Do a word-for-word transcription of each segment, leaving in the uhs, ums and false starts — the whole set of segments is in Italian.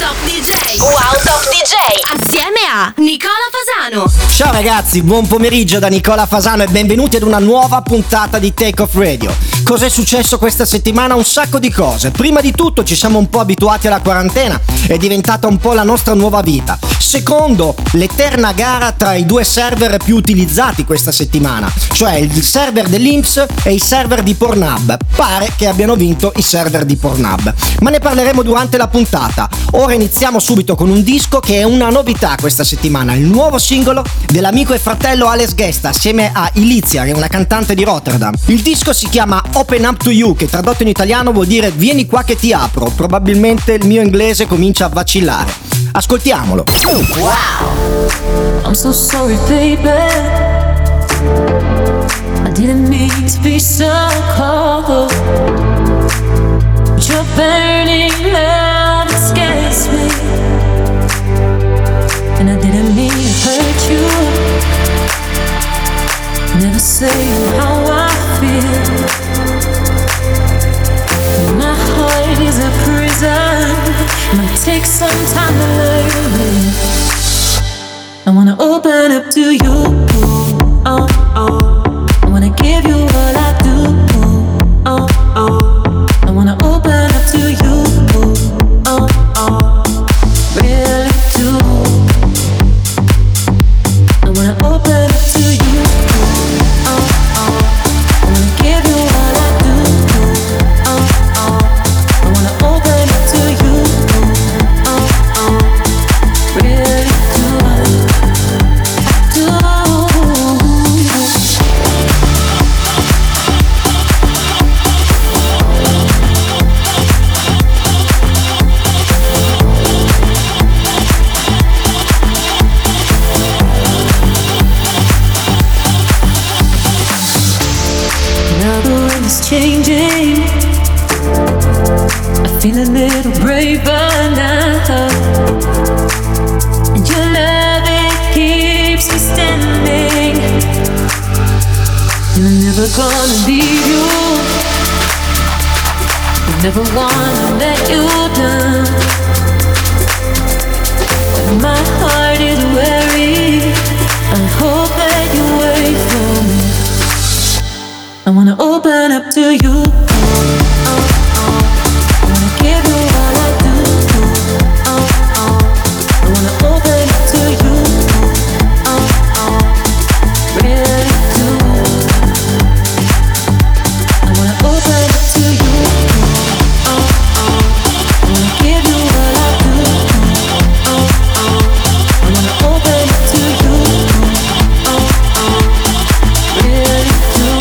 Top D J. Wow Top D J. Assieme a Nicola Fasano. Ciao ragazzi, buon pomeriggio da Nicola Fasano e benvenuti ad una nuova puntata di Take Off Radio. Cos'è successo questa settimana? Un sacco di cose. Prima di tutto ci siamo un po' abituati alla quarantena, è diventata un po' la nostra nuova vita. Secondo, l'eterna gara tra i due server più utilizzati questa settimana, cioè il server dell'I N P S e i server di Pornhub. Pare che abbiano vinto i server di Pornhub, ma ne parleremo durante la puntata. Ora iniziamo subito con un disco che è una novità questa settimana, il nuovo singolo dell'amico e fratello Alex Guesta assieme a Ilizia, che è una cantante di Rotterdam. Il disco si chiama Open Up to You, che tradotto in italiano vuol dire vieni qua che ti apro. Probabilmente il mio inglese comincia a vacillare. Ascoltiamolo. Wow. I'm so sorry, baby. I didn't mean to be so cold. But your burning love, it scares me. And I didn't mean to hurt you. Never saying how I feel. My heart is a prison. Might take some time to learn. I wanna open up to you. Oh, oh. I wanna give you all I do. Oh, oh. I wanna open up to you. Oh, oh. Really do. I wanna open up to you. Oh, oh. I wanna give you all I do. Oh, oh. I wanna open up to you. Oh, oh. Really do. I do. Now the world is changing. I feel a little braver now. And your love, it keeps me standing. And I'm never gonna leave you. I never wanna let you down. But my heart is weary. I hope that you wait for me. I wanna open up to you. Oh, oh. I wanna give you all I do. Oh, oh. I wanna open up to you. Oh, oh. Really do. I wanna open up to you. Oh, oh. I wanna give you all I do. Oh, oh. I wanna open up to you. Oh, oh. Really do.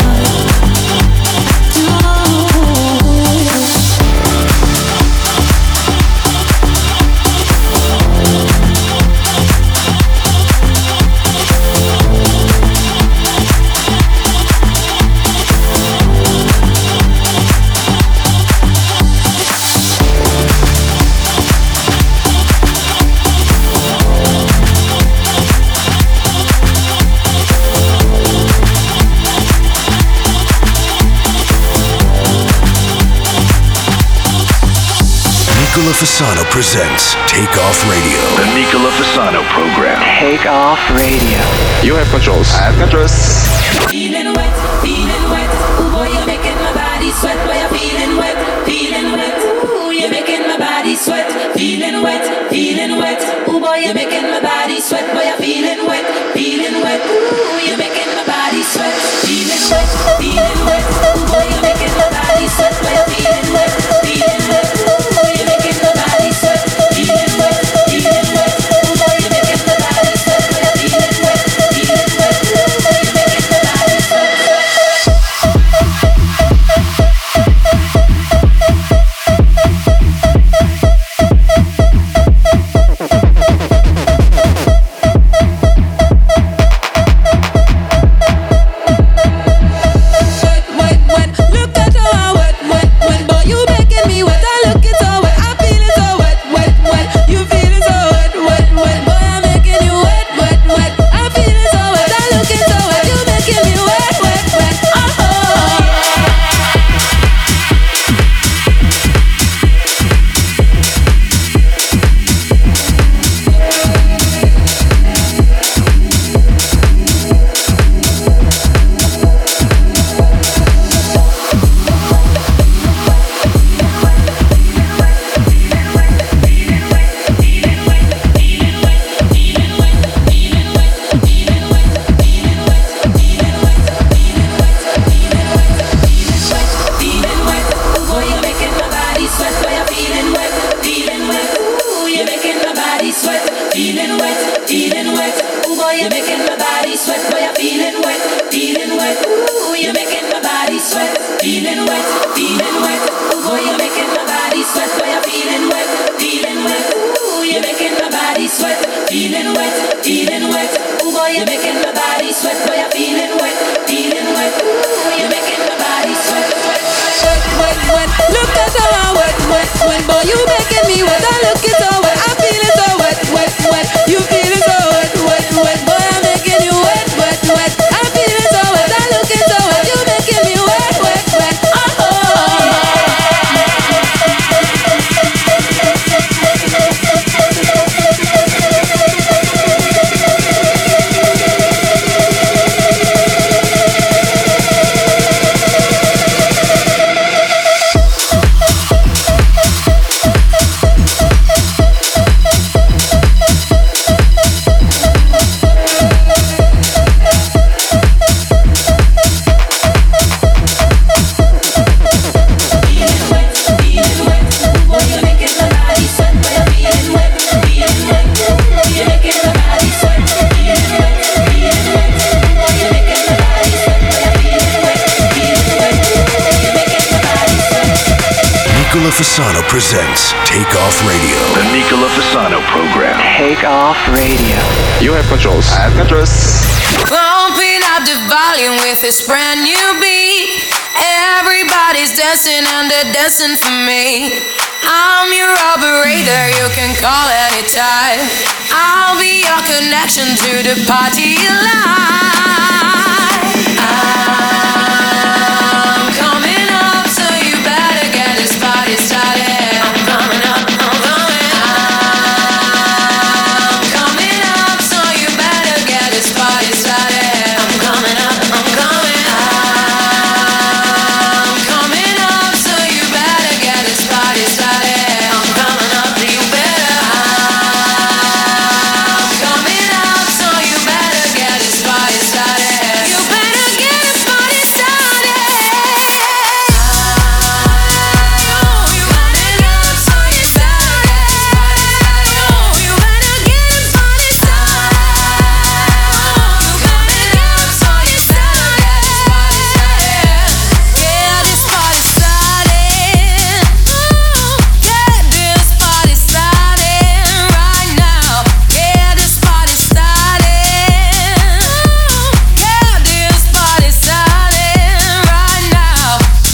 Nicola Fasano presents Take Off Radio. The Nicola Fasano program. Take Off Radio. You have controls. I have controls. Feeling wet, feeling wet. Ooh boy, you're making my body sweat. Boy, you're feeling wet, feeling wet. Ooh, you're making my body sweat. Feeling wet, feeling wet. Ooh boy, you're making my body sweat. Boy, you're feeling wet, feeling wet. Ooh, you're making my body sweat. Feeling wet, feeling wet. Ooh boy, you're making my body sweat. Boy, you're feeling wet, feeling wet. Ooh, you're making my body sweat. Feeling wet, feeling wet. Ooh boy, you're making my body sweat. Boy, you're feeling wet, feeling wet. Ooh, you're making my body sweat. Wet, wet, wet. Look at how wet, wet, wet. Boy, you feeling wet, feeling wet. Ooh boy, you're making my body sweat. Boy, you're feeling wet, feeling wet. Ooh, you're making my body sweat. Feeling wet, feeling wet. Ooh boy, you're making my body sweat. Boy, you're feeling wet, feeling wet. Ooh, you're making my body sweat. Feeling wet, feeling wet. Ooh boy, you're making my body sweat. Boy, you're feeling wet, feeling wet. Ooh, you're making my body sweat. Wet, wet, wet, wet. Look at how I wet, wet, wet. Boy, you making me wet. I look it so wet. I feel it so wet, wet, wet. You feel it so wet, wet, wet. Boy, I'm making you wet, wet, wet. I feel it so wet. I look it so wet. You making me wet, wet, wet. Oh, Nicola Fasano presents Take Off Radio. The Nicola Fasano program. Take Off Radio. You have controls. I have controls. Pumping up the volume with this brand new beat. Everybody's dancing and they're dancing for me. I'm your operator, you can call anytime. I'll be your connection to the party line. I'm coming up, so you better get this party started. I'm coming up, I'm coming up. I'm coming up, so you better get this party started. I'm coming up, I'm coming up. I'm coming up, so you better get this party started. I'm coming up, you better. I'm coming up, so you better get this party started. You better get this party started. You coming up, so you started. You better get this party started. You coming up, so you started. Get this party started. Get this party started right now. Get this party started. Get this party started right now.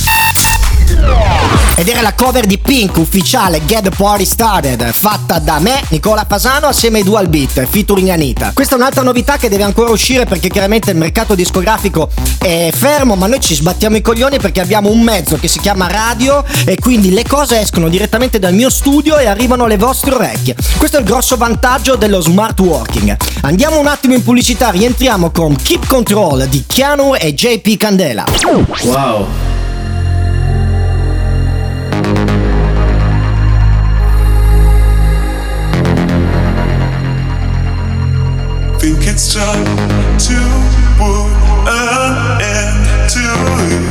Ed era la cover di Pink ufficiale Get the Party Started, fatta da me, Nicola Fasano, assieme ai Dual Beat, featuring Anita. Questa è un'altra novità che deve ancora uscire perché chiaramente il mercato discografico è fermo, ma noi ci sbattiamo i coglioni perché abbiamo un mezzo che si chiama radio e quindi le cose escono direttamente dal mio studio e arrivano alle vostre orecchie. Questo è il grosso vantaggio dello smart working. Andiamo un attimo in pubblicità, rientriamo con Keep Control di Keanu e J P Candela. Wow. Think it's time to put an end to it.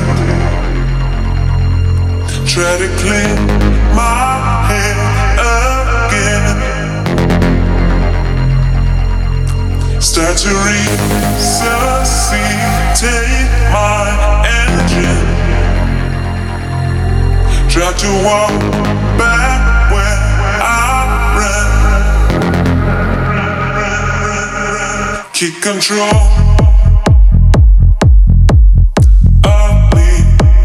Try to clean my head again. Start to resuscitate my engine. Try to walk back where I ran. Keep control of me.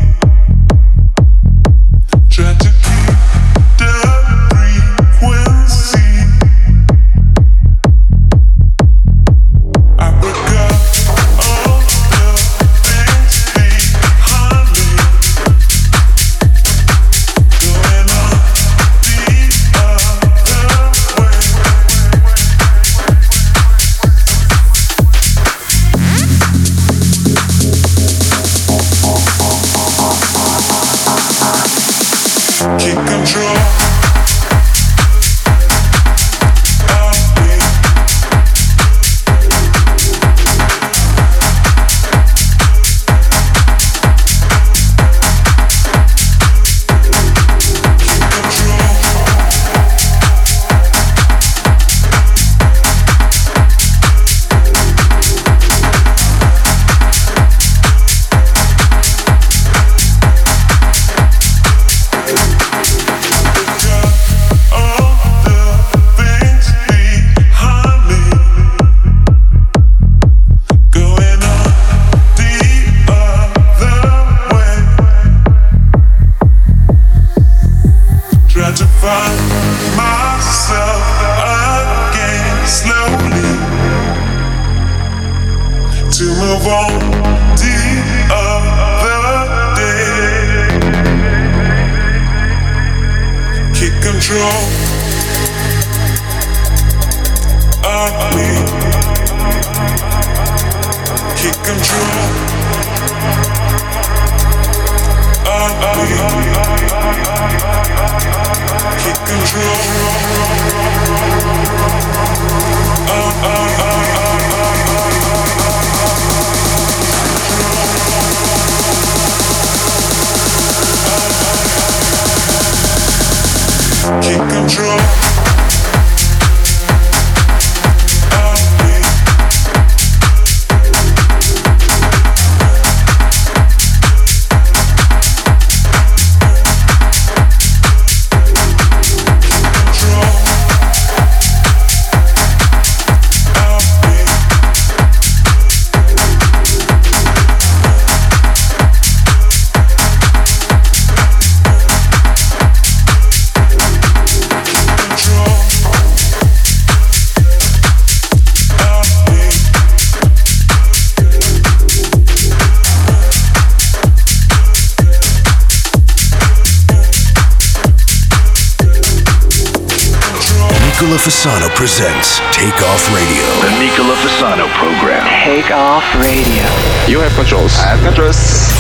Try to keep the frequency. I forgot all the things behind me. Going on the other way. move on the other day. Keep control of me. Keep control of me. Keep control of me. Keep control. Nicola Fasano presents Take Off Radio. The Nicola Fasano program. Take Off Radio. You have controls. I have controls.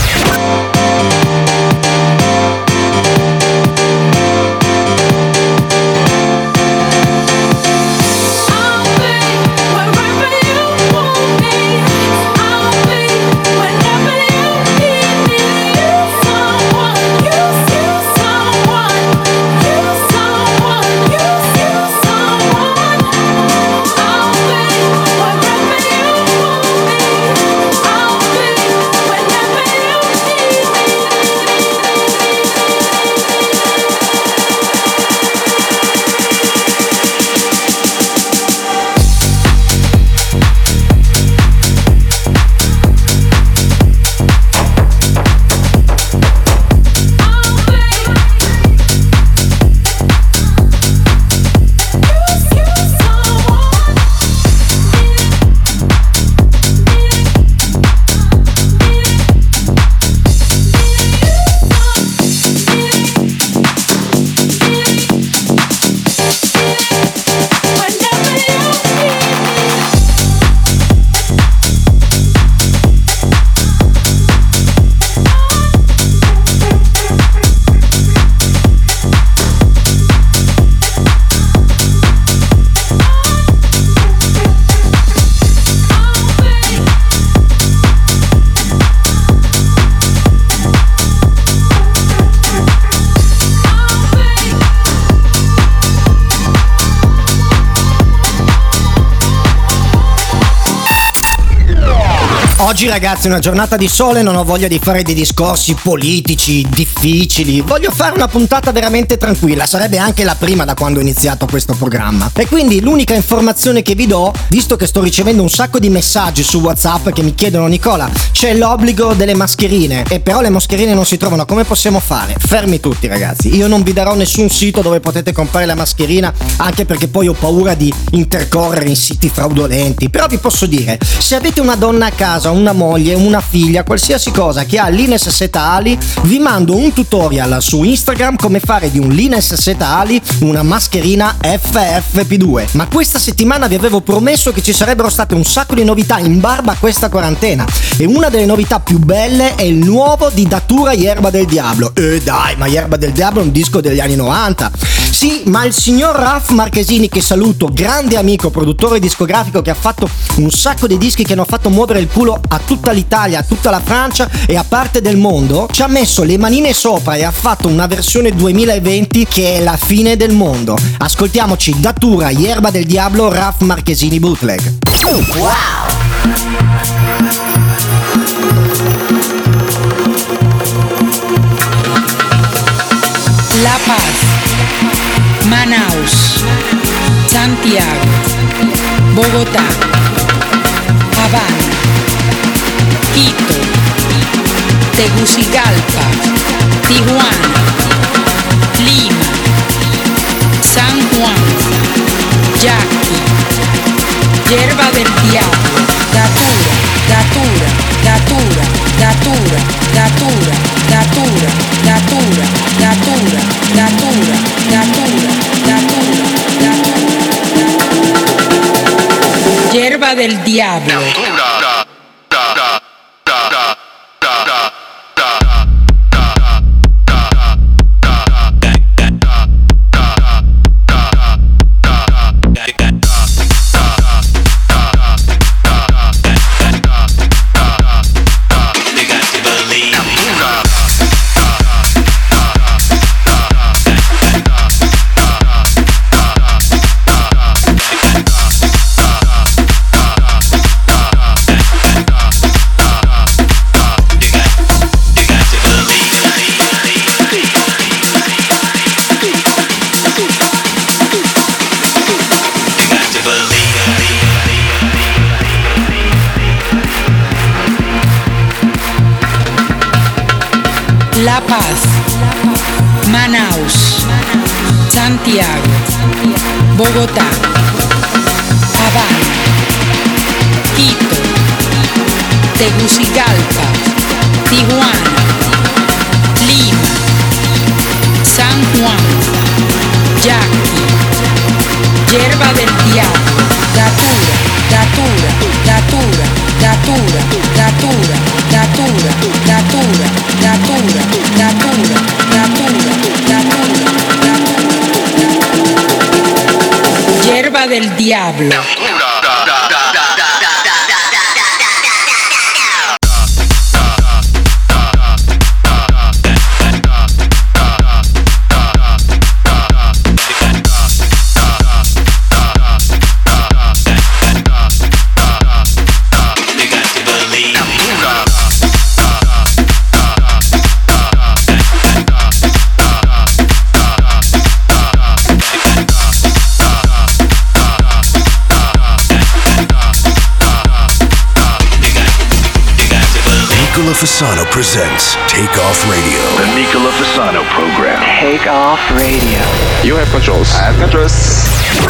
Oggi ragazzi è una giornata di sole, non ho voglia di fare dei discorsi politici difficili, voglio fare una puntata veramente tranquilla, sarebbe anche la prima da quando ho iniziato questo programma. E quindi l'unica informazione che vi do, visto che sto ricevendo un sacco di messaggi su WhatsApp che mi chiedono: Nicola, c'è l'obbligo delle mascherine, e però le mascherine non si trovano, come possiamo fare? Fermi tutti ragazzi, io non vi darò nessun sito dove potete comprare la mascherina, anche perché poi ho paura di intercorrere in siti fraudolenti. Però vi posso dire, se avete una donna a casa, una moglie, una figlia, qualsiasi cosa che ha l'Ines Seta Ali, vi mando un tutorial su Instagram come fare di un l'Ines Seta Ali una mascherina F F P due. Ma questa settimana vi avevo promesso che ci sarebbero state un sacco di novità in barba a questa quarantena, e una delle novità più belle è il nuovo di Datura Yerba del Diablo. E dai, ma Yerba del Diablo è un disco degli anni novanta. Sì, ma il signor Raf Marchesini, che saluto, grande amico, produttore discografico che ha fatto un sacco di dischi che hanno fatto muovere il culo a tutta l'Italia, a tutta la Francia e a parte del mondo, ci ha messo le manine sopra e ha fatto una versione duemilaventi che è la fine del mondo. Ascoltiamoci Datura Yerba del Diablo Raf Marchesini bootleg. Wow! La Paz, Manaus, Santiago, Bogotá, Habana, Quito, Tegucigalpa, Tijuana, Lima, San Juan, Yaqui, Yerba del Diablo, Datura, Datura. Yerba del diablo. La Paz, Manaus, Santiago, Bogotá, Habana, Quito, Tegucigalpa, Tijuana, Lima, San Juan, Yaqui, Yerba del Diablo, Datura, Datura, Datura, Datura, Datura, Datura, Datura, Datura, Datura, Datura, Datura, Datura. Yerba del Diablo. Nicola Fasano presents Take Off Radio. The Nicola Fasano program. Take Off Radio. You have controls. I have controls.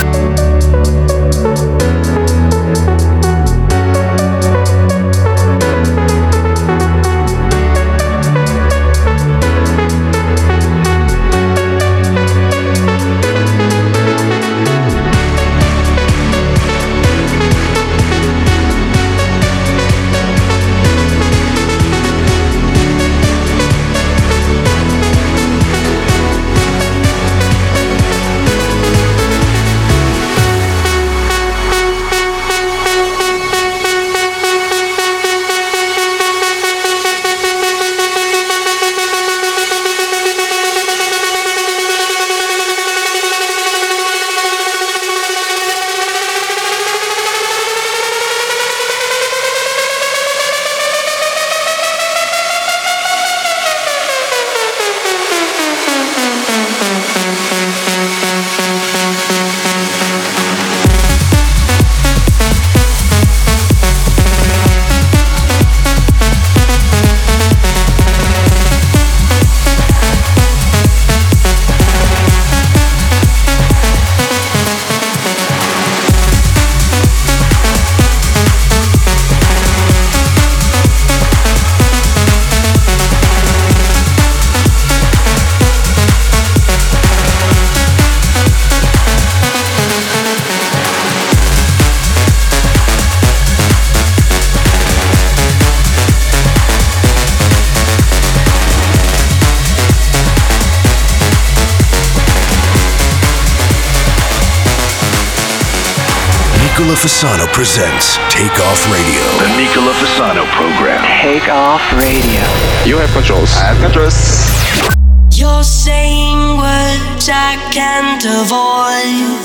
Nicola Fasano presents Take Off Radio. The Nicola Fasano program. Take Off Radio. You have controls. I have controls. You're saying words I can't avoid.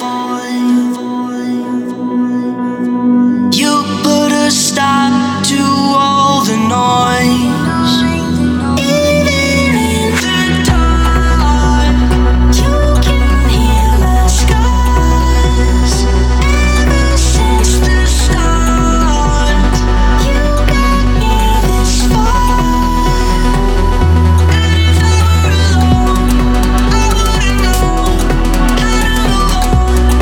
You put a stop to all the noise. If I were alone, I wouldn't know how to move on.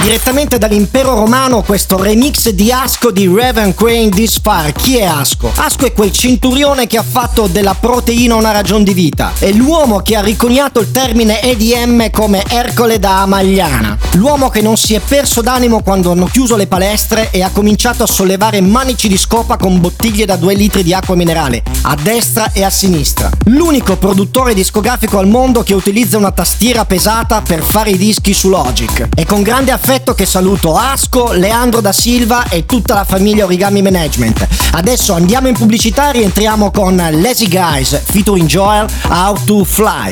Direttamente dall'impero romano questo remix di Asco di Raven Crane This Far. Chi è Asco? Asco è quel centurione che ha fatto della proteina una ragion di vita. È l'uomo che ha riconiato il termine E D M come Ercole da Amagliana. L'uomo che non si è perso d'animo quando hanno chiuso le palestre e ha cominciato a sollevare manici di scopa con bottiglie da due litri di acqua minerale, a destra e a sinistra. L'unico produttore discografico al mondo che utilizza una tastiera pesata per fare i dischi su Logic. È con grande affetto che saluto Asco, Leandro da Silva e tutta la famiglia Origami Management. Adesso andiamo in pubblicità e rientriamo con Lazy Guys featuring Joel, How to Fly.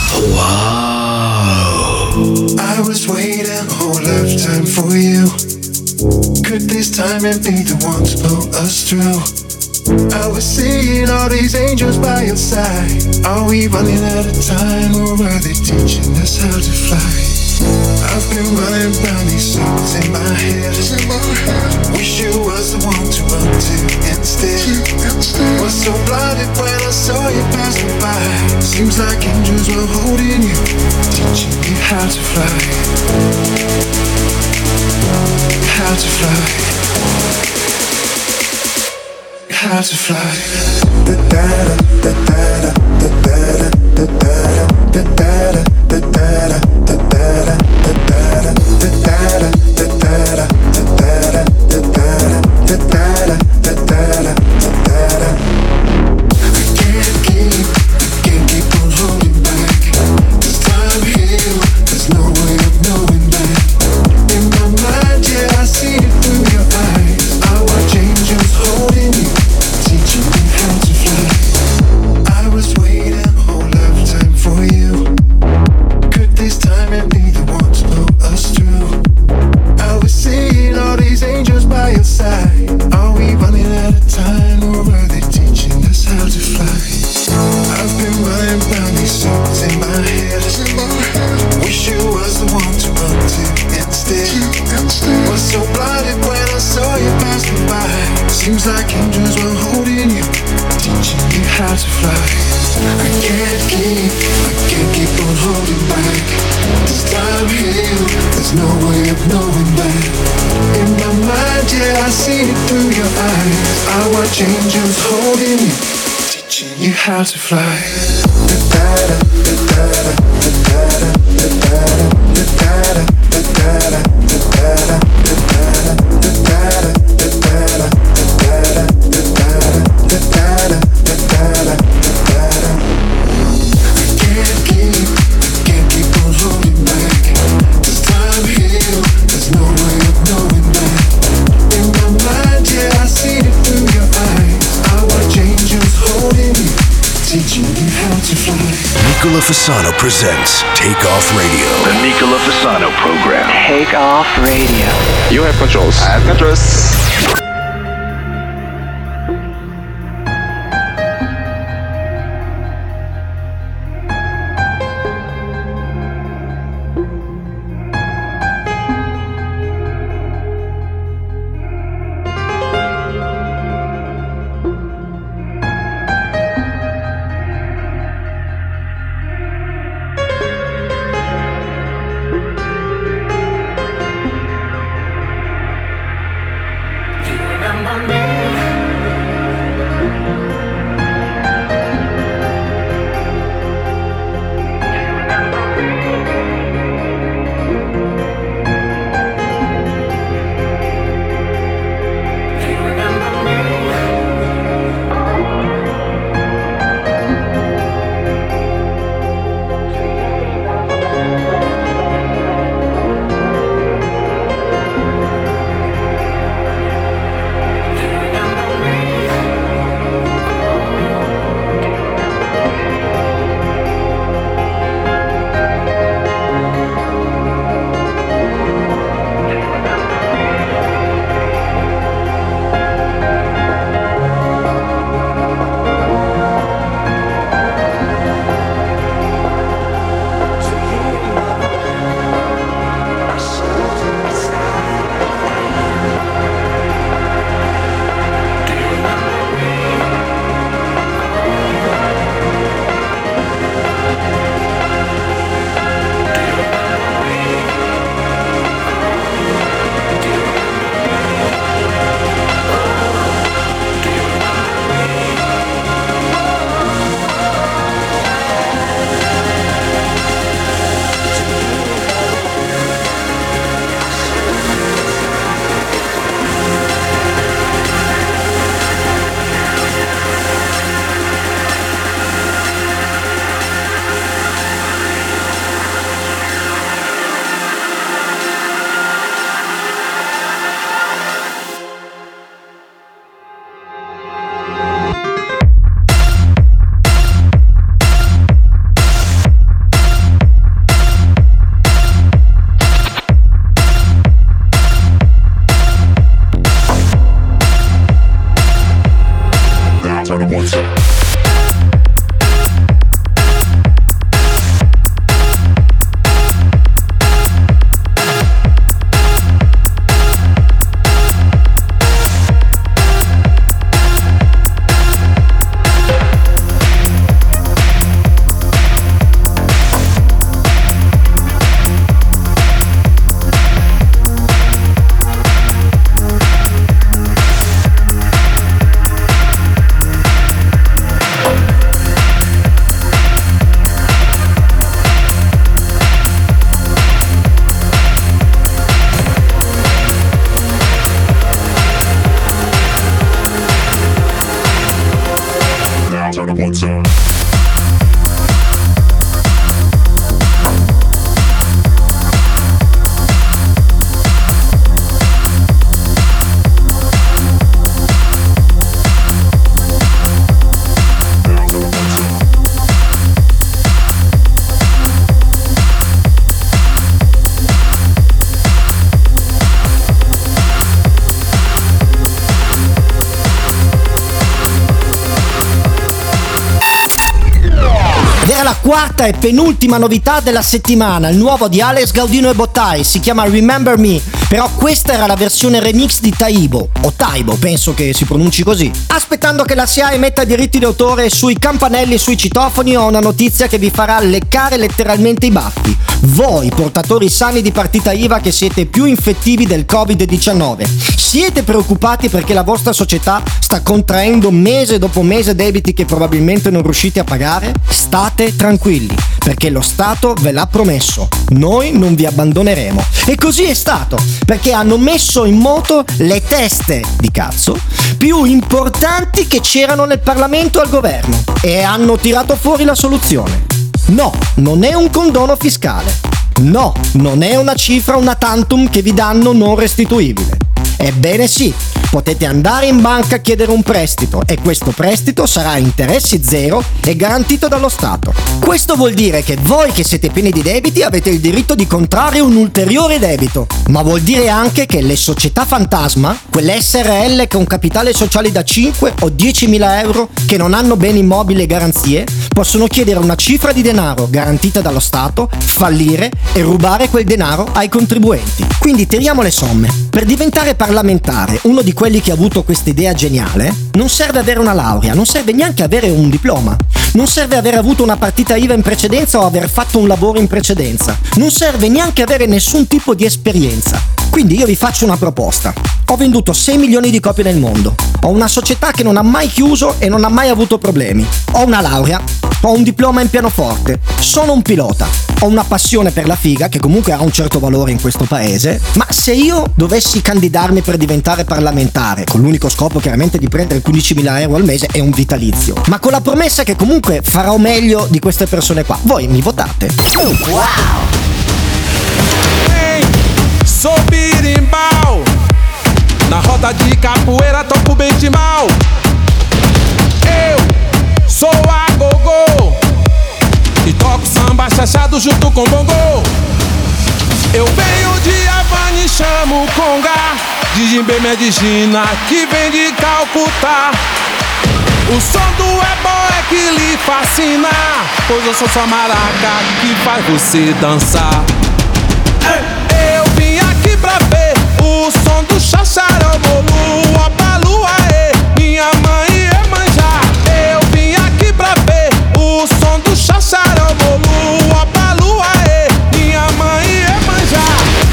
Wow. I was waiting a whole lifetime for you. Could this time and be the one to pull us through? I was seeing all these angels by your side. Are we running out of time or are they teaching us how to fly? I've been running round these circles in my head. Wish you was the one to run to instead. Was so blinded when I saw you passing by. Seems like angels were holding you, teaching you how to fly. How to fly. How to fly. Da da da da da da da da da da da da da. Seems like angels were holding you, teaching you how to fly. I can't keep, I can't keep on holding back. This time here, there's no way of knowing that. In my mind, yeah, I see it through your eyes. I watch angels holding you, teaching you how to fly. Da da da da da da da da da da da da da. Nicola Fasano presents Take Off Radio. The Nicola Fasano program. Take Off Radio. You have controls. I have controls. You quarta e penultima novità della settimana, il nuovo di Alex Gaudino e Bottai, si chiama Remember Me, però questa era la versione remix di Taibo, o Taibo, penso che si pronunci così. Aspettando che la S I A emetta diritti d'autore sui campanelli e sui citofoni, ho una notizia che vi farà leccare letteralmente i baffi. Voi, portatori sani di partita I V A che siete più infettivi del covid diciannove, siete preoccupati perché la vostra società sta contraendo mese dopo mese debiti che probabilmente non riuscite a pagare? State tranquilli, perché lo Stato ve l'ha promesso, noi non vi abbandoneremo. E così è stato, perché hanno messo in moto le teste di cazzo più importanti che c'erano nel Parlamento e al governo e hanno tirato fuori la soluzione. No, non è un condono fiscale. No, non è una cifra una tantum che vi danno non restituibile. Ebbene sì, potete andare in banca a chiedere un prestito e questo prestito sarà a interessi zero e garantito dallo Stato. Questo vuol dire che voi che siete pieni di debiti avete il diritto di contrarre un ulteriore debito, ma vuol dire anche che le società fantasma, quelle S R L con capitale sociale da cinque o diecimila euro che non hanno beni immobili e garanzie, possono chiedere una cifra di denaro garantita dallo Stato, fallire e rubare quel denaro ai contribuenti. Quindi tiriamo le somme. Per diventare parlamentare, uno di quelli che ha avuto questa idea geniale, non serve avere una laurea, non serve neanche avere un diploma, non serve aver avuto una partita I V A in precedenza o aver fatto un lavoro in precedenza, non serve neanche avere nessun tipo di esperienza. Quindi io vi faccio una proposta. Ho venduto sei milioni di copie nel mondo, ho una società che non ha mai chiuso e non ha mai avuto problemi, ho una laurea, ho un diploma in pianoforte, sono un pilota, ho una passione per la figa che comunque ha un certo valore in questo paese, ma se io dovessi candidarmi per diventare parlamentare, con l'unico scopo chiaramente di prendere quindicimila euro al mese e un vitalizio, ma con la promessa che comunque farò meglio di queste persone qua, voi mi votate? Wow! Hey, sou birimbau, na roda de capoeira toco bem de mal. Eu sou a gogô e toco samba chachado junto com bongo. Eu venho de Havana e chamo conga, de Jimbê Medicina que vem de Calcutá. O som do ebó é que lhe fascina, pois eu sou sua maraca que faz você dançar. Eu vim aqui pra ver o som do xaxarão, bolu, abalu, aê, minha mãe Iemanjá. Eu vim aqui pra ver o som do xaxarão, bolu, abalu, aê, minha mãe Iemanjá.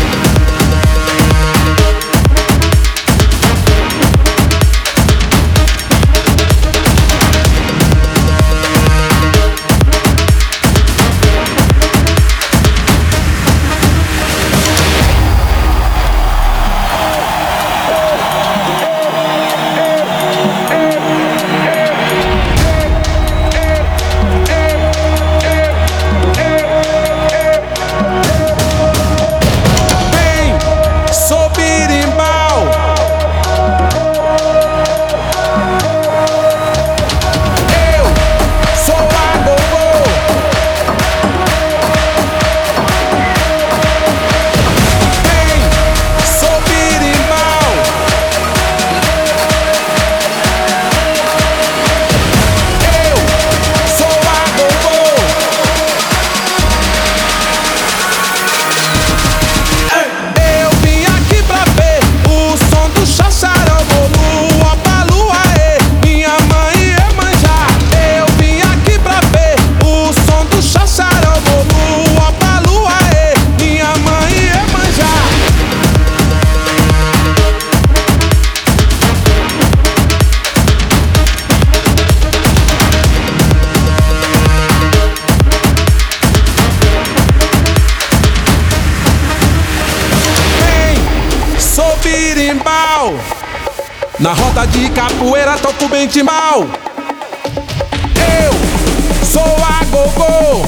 Na roda de capoeira toco bem de mal. Eu sou a gogô.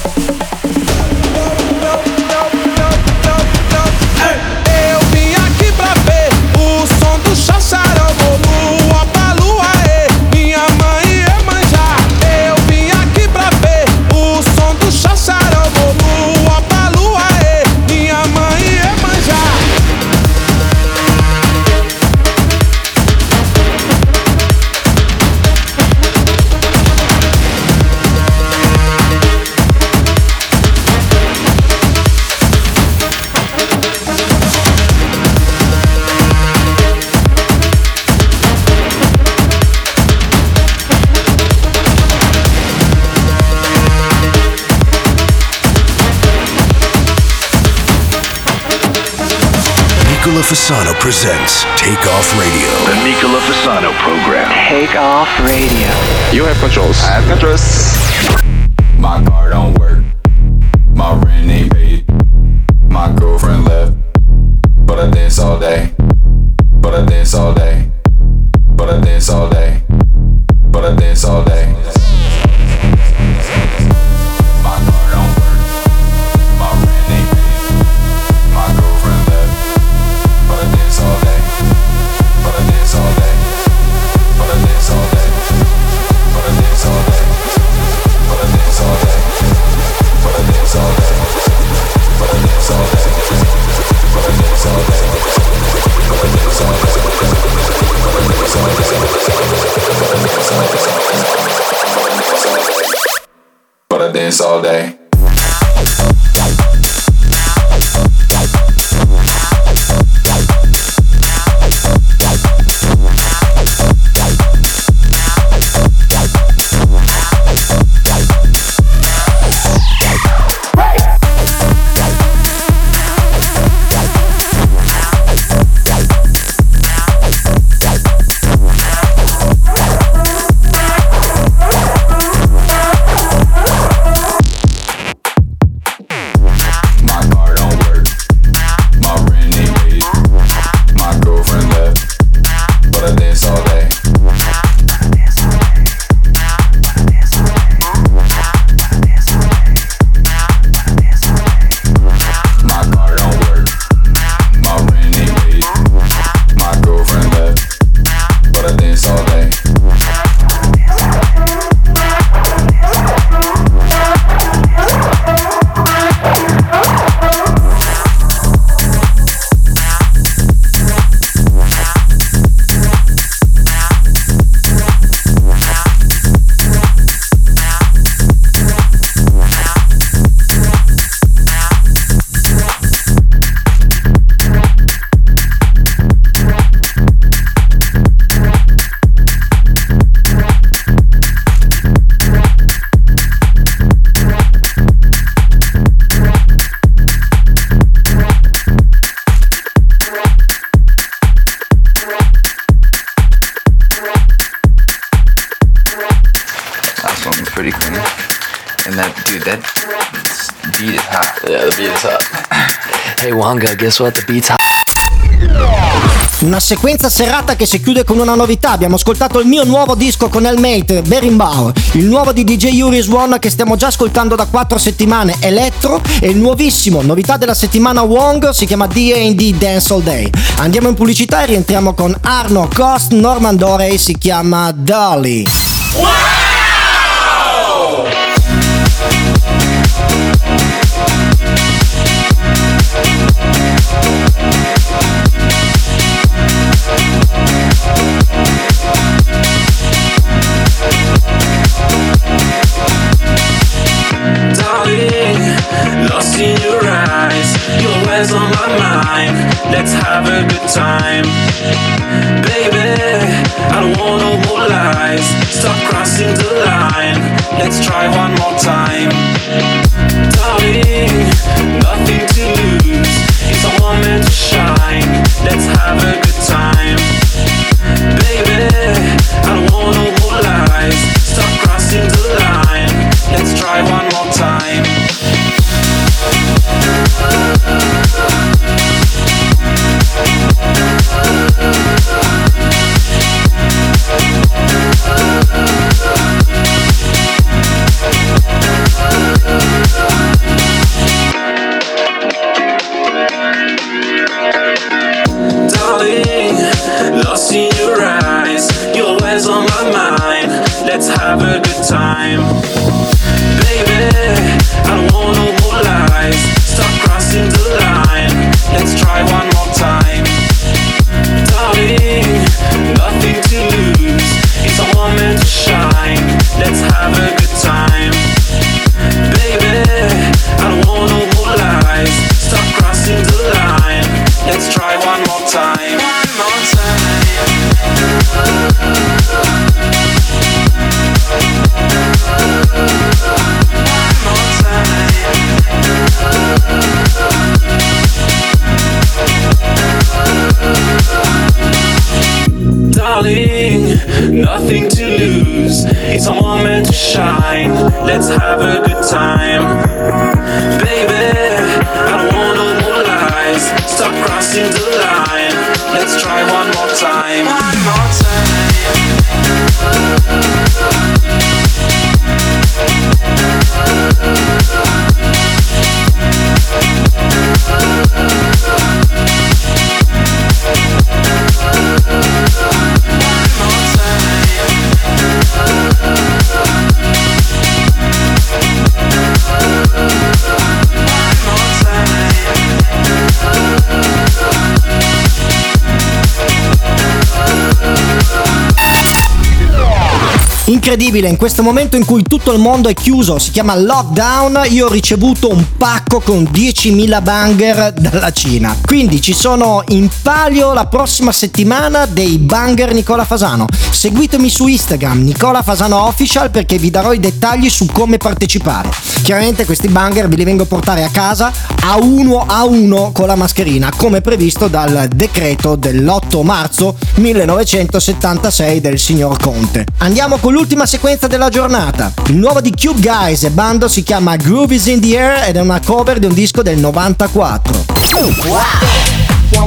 Eu vim aqui pra ver o som do xaxarão, bolu, abalu, aê, minha mãe Iemanjá. Eu vim aqui pra ver o som do xaxarão, bolu, abalu, aê, minha mãe Iemanjá. Nicola Fasano presents Take Off Radio. The Nicola Fasano program. Take Off Radio. You have controls. I have controls. My car don't work. My rent ain't paid. My girlfriend left. But I dance all day. But I dance all day. But I dance all day. But I dance all day. My car don't work. My rent ain't paid. My girlfriend left. But I dance all day. But I dance all day. But I dance all day. But I dance all day. But I dance all day. But I dance all day. But I dance all day. But I dance all day. But I dance all day. But I dance all day. But I dance all day. Guess what? The beat's hot. Una sequenza serrata che si chiude con una novità. Abbiamo ascoltato il mio nuovo disco con Helmate, Berimbau, il nuovo di D J Yuris One che stiamo già ascoltando da quattro settimane, Electro, e il nuovissimo, novità della settimana Wong, si chiama D A and D Dance All Day. Andiamo in pubblicità e rientriamo con Arno Cost, Norman Dorey, si chiama Dolly. Wow! Lost in your eyes, you're always on my mind. Let's have a good time, baby. I don't want no more lies. Stop crossing the line. Let's try one more time, darling. Nothing to lose. It's a moment to shine. Let's have a good time, baby. I don't want no more lies. Stop crossing the line. Let's try one more time. shine. Let's have a good time. Baby, I don't want no more lies. Stop crossing the line. Let's try one more time. One more time. Incredibile, in questo momento in cui tutto il mondo è chiuso, si chiama lockdown, io ho ricevuto un pacco con diecimila banger dalla Cina. Quindi ci sono in palio la prossima settimana dei banger Nicola Fasano. Seguitemi su Instagram, Nicola Fasano Official, perché vi darò i dettagli su come partecipare. Chiaramente questi banger ve li vengo a portare a casa a uno a uno con la mascherina, come previsto dal decreto dell'otto marzo millenovecentosettantasei del signor Conte. Andiamo con l'ultima sequenza della giornata. Il nuovo di Cube Guys e bando si chiama Groove is in the Air ed è una cover di un disco del novantaquattro. Wow!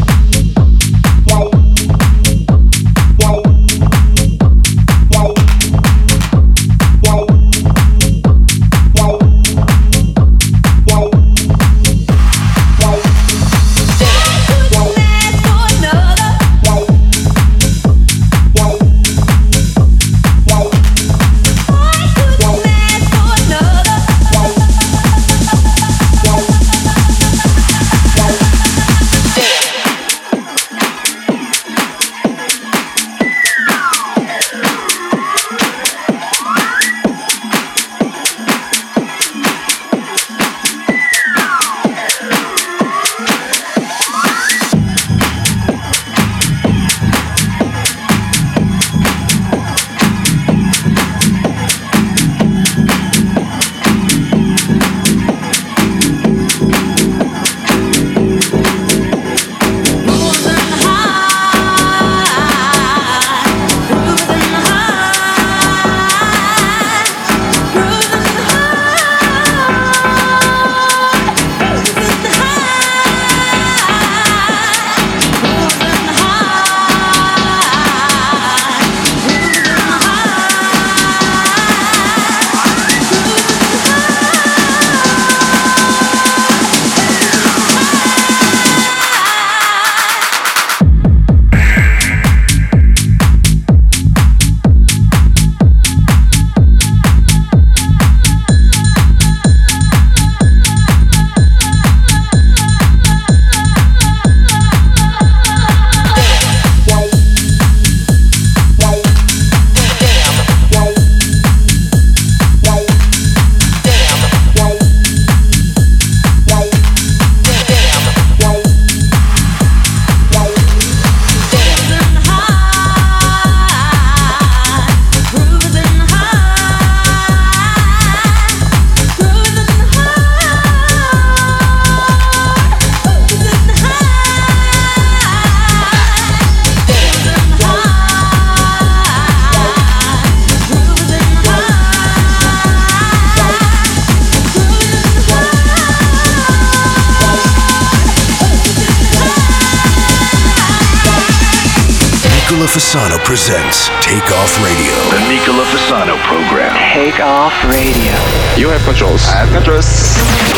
Nicola Fasano presents Take Off Radio. The Nicola Fasano program. Take Off Radio. You have controls. I have controls.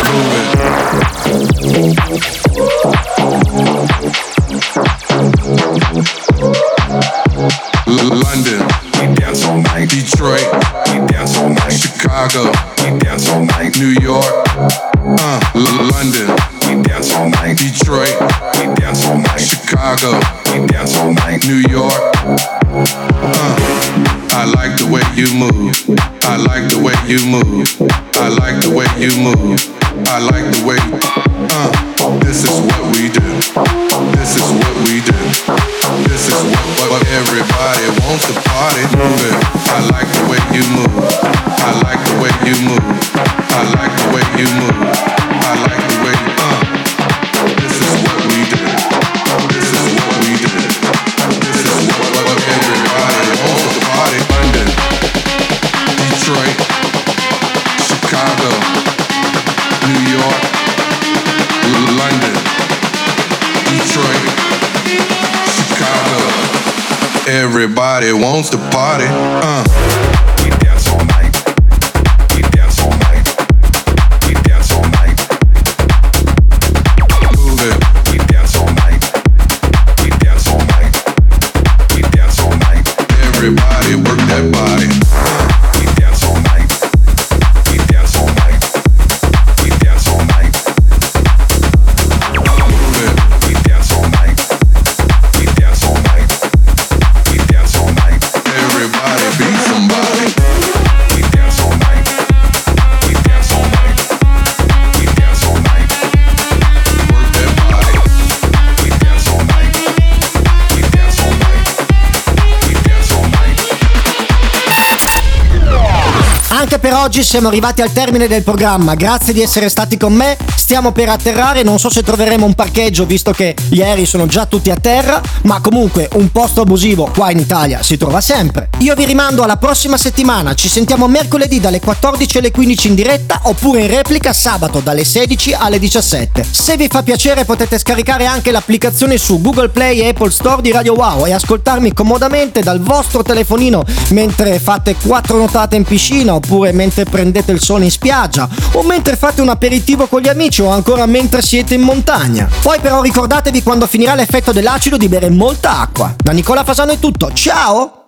London, we dance all night. Detroit, we dance all night. Chicago, we dance all night. New York, uh, London, we dance all night. Detroit, we dance all night. Chicago, we dance all night. New York, uh, I like the way you move. I like the way you move. I like the way you move. I like the way, uh, this is what we do. This is what we do. This is what, what everybody wants to party. Move it. I like the way you move. I like the way you move. I like the way you move. I like the way, uh, this is what we do. This is what we do. This is what, what everybody wants to party. London, Detroit, Everybody wants to party. Uh. Everybody work that body. We dance all night. We dance all night. We dance all night. Move it. We dance all night. We dance all night. We dance all night. Everybody be somebody. We dance all night. We dance all night. We dance all night. Work that body. We dance all night. We dance all night. Anche per oggi siamo arrivati al termine del programma, grazie di essere stati con me, stiamo per atterrare, non so se troveremo un parcheggio visto che gli aerei sono già tutti a terra, ma comunque un posto abusivo qua in Italia si trova sempre. Io vi rimando alla prossima settimana, ci sentiamo mercoledì dalle quattordici alle quindici in diretta oppure in replica sabato dalle sedici alle diciassette. Se vi fa piacere potete scaricare anche l'applicazione su Google Play e Apple Store di Radio Wow e ascoltarmi comodamente dal vostro telefonino mentre fate quattro nuotate in piscina oppure mentre prendete il sole in spiaggia o mentre fate un aperitivo con gli amici o ancora mentre siete in montagna. Poi però ricordatevi quando finirà l'effetto dell'acido di bere molta acqua. Da Nicola Fasano è tutto, ciao!